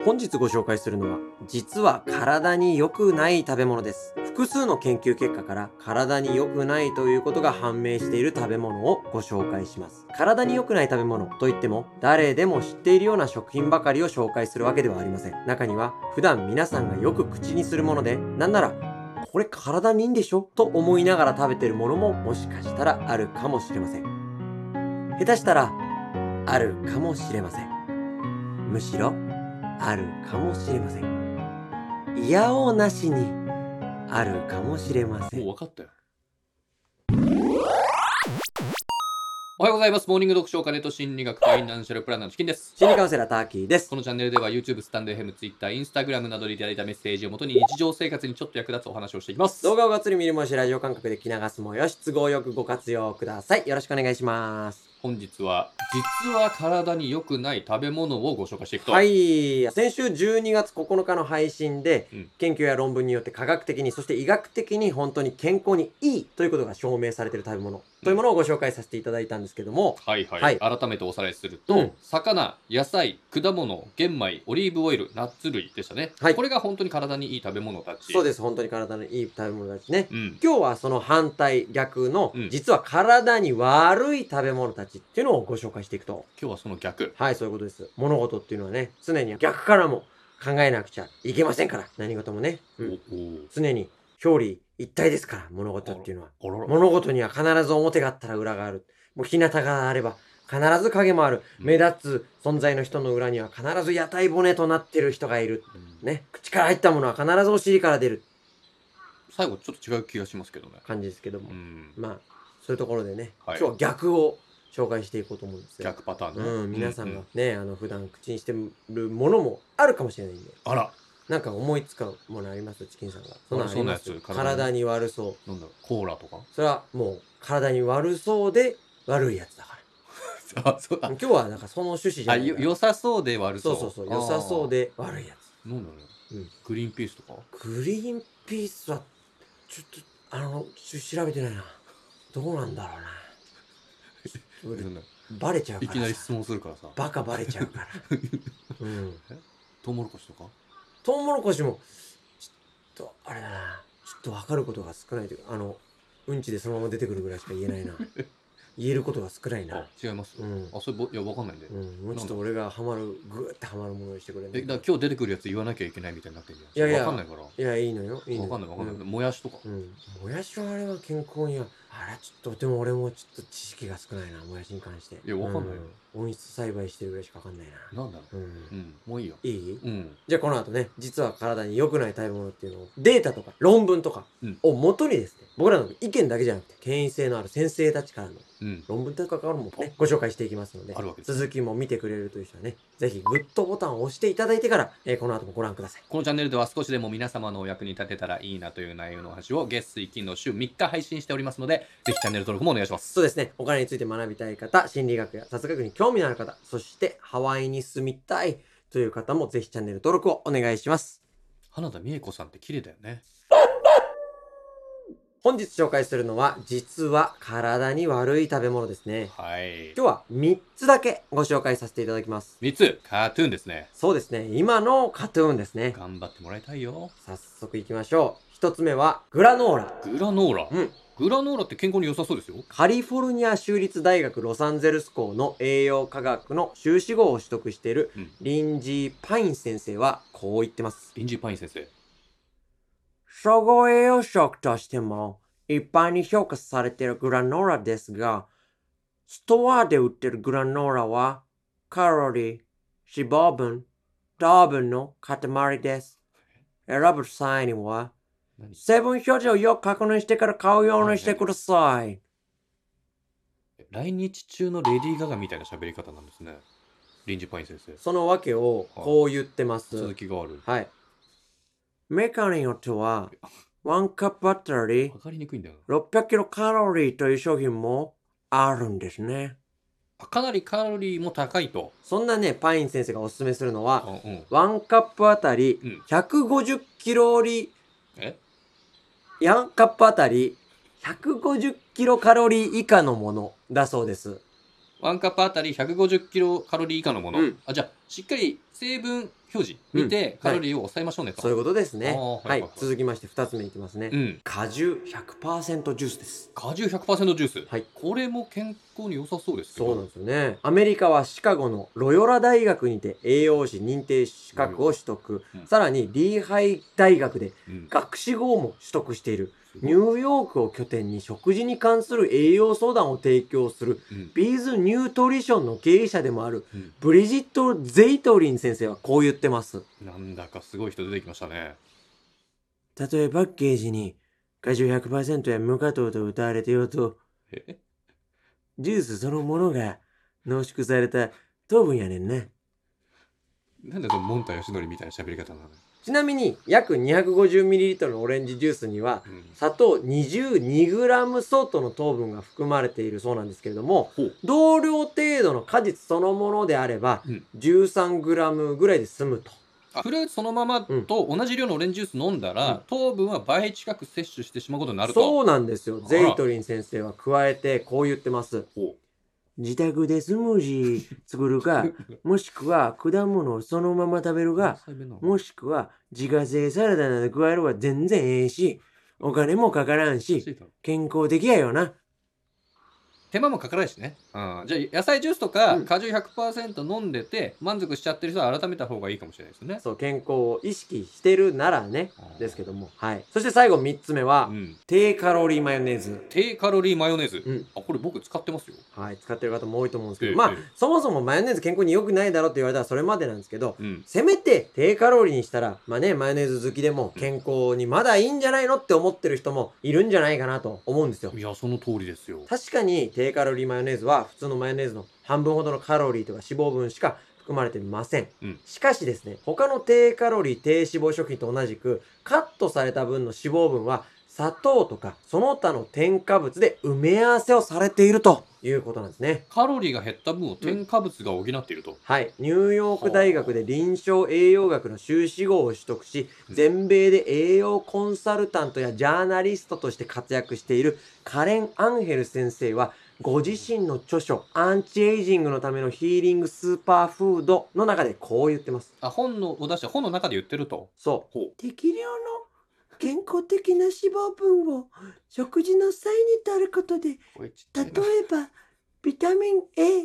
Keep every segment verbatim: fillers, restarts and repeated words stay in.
本日ご紹介するのは、実は体に良くない食べ物です。複数の研究結果から体に良くないということが判明している食べ物をご紹介します。体に良くない食べ物といっても、誰でも知っているような食品ばかりを紹介するわけではありません。中には、普段皆さんがよく口にするもので、なんなら、これ体にいいんでしょと思いながら食べてるものももしかしたらあるかもしれません。下手したら、あるかもしれません。むしろ、あるかもしれません。いやおうなしにあるかもしれません。 もう分かったよ。おはようございます。モーニング読書お金と心理学ファイナンシャルプランナーのチキンです。 心理カウンセラーターキーです。 このチャンネルでは YouTube、スタンドエフエム、Twitter、Instagram などでいただいたメッセージをもとに日常生活にちょっと役立つお話をしていきます。 動画をがっつり見るもよし、ラジオ感覚で聞き流すもよし、都合よくご活用ください。よろしくお願いします。 本日は実は体に良くない食べ物をご紹介していくと。 はい。先週じゅうにがつここのかの配信で、 うん、 研究や論文によって科学的に、そして医学的に本当に健康にいいということが証明されている食べ物というものをご紹介させていただいたんですけども、 うん、はいはい、はい、改めておさらいすると、うん、魚、野菜、果物、玄米、オリーブオイル、ナッツ類でしたね。はい、これが本当に体にいい食べ物たち。 そうです。本当に体にいい食べ物たちね。うん、今日はその反対逆の、うん、実は体に悪い食べ物たちっていうのをご紹介していくと。 今日はその逆。 はい、そういうことです。物事っていうのはね、常に逆からも考えなくちゃいけませんから。何事もね。うん、常に表裏一体ですから、物事っていうのは。物事には必ず表があったら裏がある。もう日向があれば必ず影もある。目立つ存在の人の裏には必ず屋台骨となってる人がいる。うん、ね。口から入ったものは必ずお尻から出る。 最後ちょっと違う気がしますけどね。 感じですけども。 うん、 まあ、そういうところでね、はい、今日は逆を紹介していこうと思うんですよ。 逆パターンね。 うん、皆さんがね、うんうん、あの、普段口にしてるものもあるかもしれないんで。 あら。 なんか思いつかものありますチキンさんが。 そんなあります？ 体に悪そう。 なんだろう、コーラとか？ それはもう、体に悪そうで悪いやつだから。あ、そうだ。今日はなんかその趣旨じゃないから。 あ、よ、良さそうで悪そう。 そうそうそう。良さそうで悪いやつ。 なんだろう、うん。グリーンピースとか？ グリーンピースは、ちょっと、あの、調べてないな。どうなんだろうな。バレちゃうから。 いきなり質問するからさ。 バカバレちゃうから。うん。 トウモロコシとか？ トウモロコシも、ちょっと、あれだな。ちょっと分かることが少ないというか、あの、うんちでそのまま出てくるぐらいしか言えないな。言えることが少ないな。 違います。うん。あ、それ、いや、わかんないんで。うん。 もうちょっと俺がハマる、ぐーってハマるものにしてくれる。 え、だから今日出てくるやつ言わなきゃいけないみたいになってるじゃん。いやいや。 わかんないから。 いや、いいのよ。いいのよ。 わかんないわかんない。もやしとか。 うん。もやしはあれは健康には、あれちょっと、でも俺もちょっと知識が少ないな、もやしに関して。 いや、わかんないよ。 温室栽培してるぐらいしかわかんないな。 なんだろう。うん。もういいよ。 いい？ うん。 じゃあこの後ね、実は体に良くない食べ物っていうのを、データとか論文とかを元にですね、僕らの意見だけじゃなくて、権威性のある先生たちからの論文とかからもね、ご紹介していきますので、続きも見てくれるという人はね、ぜひグッドボタンを押していただいてから、えー、この後もご覧ください。 このチャンネルでは少しでも皆様のお役に立てたらいいなという内容のお話を月水金の週みっか配信しておりますので、ぜひチャンネル登録もお願いします。 そうですね。お金について学びたい方、心理学や雑学に興味のある方、そしてハワイに住みたいという方もぜひチャンネル登録をお願いします。 花田美恵子さんって綺麗だよね。 本日紹介するのは、実は体に悪い食べ物ですね。 はい。 今日はみっつだけご紹介させていただきます。 みっつ、カートゥーンですね。 そうですね。今のカートゥーンですね。 頑張ってもらいたいよ。 早速行きましょう。ひとつめは、グラノーラ。 グラノーラ？うん。グラノーラって健康に良さそうですよ。 カリフォルニア州立大学ロサンゼルス校の栄養科学の修士号を取得している、うん、リンジー・パイン先生はこう言ってます。 リンジー・パイン先生。 総合栄養食としても一般に評価されているグラノーラですが、ストアで売っているグラノーラはカロリー、脂肪分、糖分の塊です。選ぶ際には成分表示をよく確認してから買うようにしてください。 来日中のレディー・ガガみたいな喋り方なんですね。リンジー・パイン先生。 そのわけをこう言ってます。 続きがある。 はい。メーカーによっては、ワンカップあたりろっぴゃくキロカロリーという商品もあるんですね。 かなりカロリーも高いと。 そんなね、パイン先生がおすすめするのは、うんうん、ワンカップあたりひゃくごじゅっキロリ、うん、えワンカップあたりひゃくごじゅっキロカロリー以下のものだそうです。 ワンカップあたりひゃくごじゅっキロカロリー以下のもの、うん、あ、じゃあしっかり成分表示見て、カロリーを抑えましょうねと、 そういうことですね。 あーははいいはいはい、 続きましてふたつめいきますね。 うん果汁 ひゃくパーセント ジュースです。 果汁 ひゃくパーセント ジュース、 はい、 これも健康に良さそうですけど。 そうなんですよね。アメリカはシカゴのロヨラ大学にて栄養士認定資格を取得、 うんさらにリーハイ大学でうん学士号も取得している、ニューヨークを拠点に食事に関する栄養相談を提供するうんビーズニュートリションの経営者でもあるうんブリジット・ゼイトリン先生はこう言ってます。 なんだかすごい人出てきましたね。 たとえパッケージに果汁 ひゃくパーセント や無加糖と謳われていようと、 えジュースそのものが濃縮された糖分やねんな。 なんでそのモンタヨシノリみたいな喋り方なの。 ちなみに約 にひゃくごじゅうミリリットル のオレンジジュースにはうん砂糖 にじゅうにグラム 相当の糖分が含まれているそうなんですけれども、 ほう同量程度の果実そのものであればうんじゅうさんグラム ぐらいで済むと。 あフルーツそのままと同じ量のオレンジジュース飲んだら、 うん糖分は倍近く摂取してしまうことになると。 そうなんですよ。 あらゼイトリン先生は加えてこう言ってます。 ほ自宅でスムージー作るか、もしくは果物をそのまま食べるうが、 関西弁なのもしくは自家製サラダなど加えるは全然ええし、お金もかからんし、健康的やよな。 手間もかからないしね、うん、じゃあ野菜ジュースとかうん果汁 ひゃくパーセント 飲んでて満足しちゃってる人は改めた方がいいかもしれないですね。 そう、健康を意識してるならね、 あーですけども。はい。そして最後みっつめは、 うん、 低カロリーマヨネーズ。 低カロリーマヨネーズ、 うん。 あこれ僕使ってますよ。 はい。使ってる方も多いと思うんですけど、まあええええ、 そもそもマヨネーズ健康に良くないだろうって言われたらそれまでなんですけど、 うんせめて低カロリーにしたら、まあね、マヨネーズ好きでも健康にまだいいんじゃないのって思ってる人もいるんじゃないかなと思うんですよ。 いやその通りですよ。 確かに低カロリーマヨネーズは普通のマヨネーズの半分ほどのカロリーとか脂肪分しか含まれていません。 うんしかしですね、他の低カロリー低脂肪食品と同じくカットされた分の脂肪分は砂糖とかその他の添加物で埋め合わせをされているということなんですね。 カロリーが減った分を添加物が補っていると、 はい。ニューヨーク大学で臨床栄養学の修士号を取得し、全米で栄養コンサルタントやジャーナリストとして活躍しているカレン・アンヘル先生は、ご自身の著書、アンチエイジングのためのヒーリングスーパーフードの中でこう言ってます。 あ本のを出して本の中で言ってると。 そう。 ほう適量の健康的な脂肪分を食事の際に摂ることで、 これちっちゃ例いなえば、ビタミン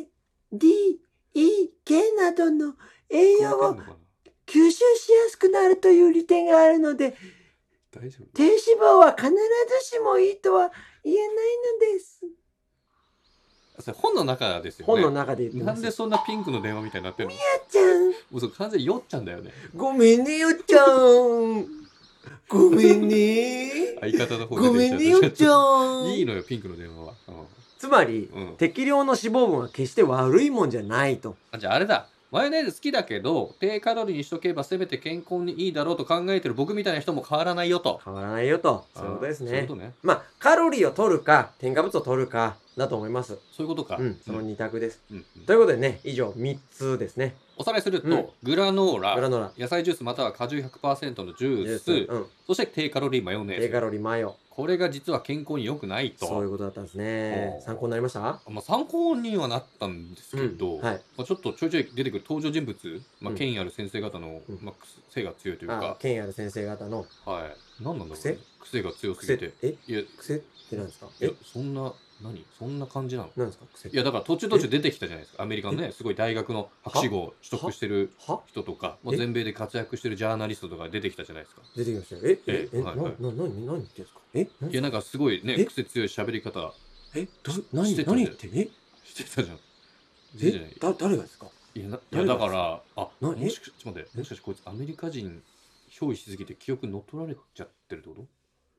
A、D、E、K などの栄養を聞こえてんのかな吸収しやすくなるという利点があるので、 大丈夫。 低脂肪は必ずしもいいとは言えないのです。 それ本の中ですよね。 本の中で言ってます。 なんでそんなピンクの電話みたいになってるの。 みやちゃん、 もうそれ完全に酔っちゃうんだよね。 ごめんねよっちゃん。ごめんね。 相方の方ごめんねよっちゃん。 いいのよピンクの電話は、うんつまり、 うん、 適量の脂肪分は決して悪いもんじゃないと。 あじゃああれだ、マヨネーズ好きだけど低カロリーにしとけばせめて健康にいいだろうと考えてる僕みたいな人も変わらないよと。 変わらないよと。そういうことですね。 そういうことね。 まあ、カロリーを取るか、添加物を取るか、だと思います。 そういうことか。 うん、そのに択です。 うんうんということでね、以上みっつですね。 おさらいすると、 うんグラノーラグラノーラ、 野菜ジュースまたは果汁 ひゃくパーセント のジュース、 うん、 そして低カロリーマヨネーズ。 低カロリーマヨ。 これが実は健康に良くないと。 そういうことだったんですねお。ー参考になりました？ まあ、参考にはなったんですけど、 うんはいまあ、ちょっとちょいちょい出てくる登場人物、まあ、 うん権威ある先生方の、 うんまあ、癖が強いというあか、 権威ある先生方のはい、何なんだろう癖ね、癖が強す癖ぎて。 えいや、い癖って何ですか？ やえそんな、何そんな感じなの。 何ですか癖？ いやだから途中途中出てきたじゃないですか。アメリカのねすごい大学の博士号を取得してるは人とか、もうえ全米で活躍してるジャーナリストとか出てきたじゃないですか。 出てきましたよ。えええななえはいはい何何何言ってんですか？え何いやなんかすごいねえ癖強い喋り方えど何してた何言ってえしてたじゃん。してたじゃないえだ誰がですか？ いやない誰がやだからあなもしかちょっと待ってえもしかしてこいつアメリカ人憑依しすぎて記憶乗っ取られちゃってるってこと？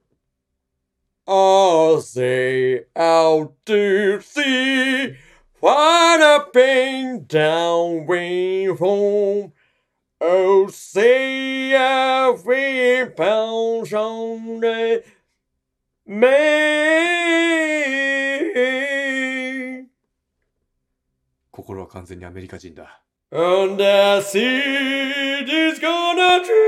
I'll say out to sea, find a pain down way home. Oh, say a free pound on the May. 心は完全にアメリカ人だ。 And the sea is gonna tree.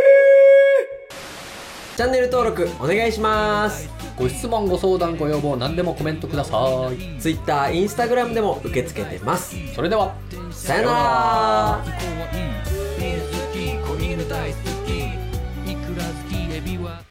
チャンネル登録お願いします。 ご質問ご相談ご要望何でもコメントください。 Twitter、Instagram でも受け付けてます。 それではさよなら。 いいは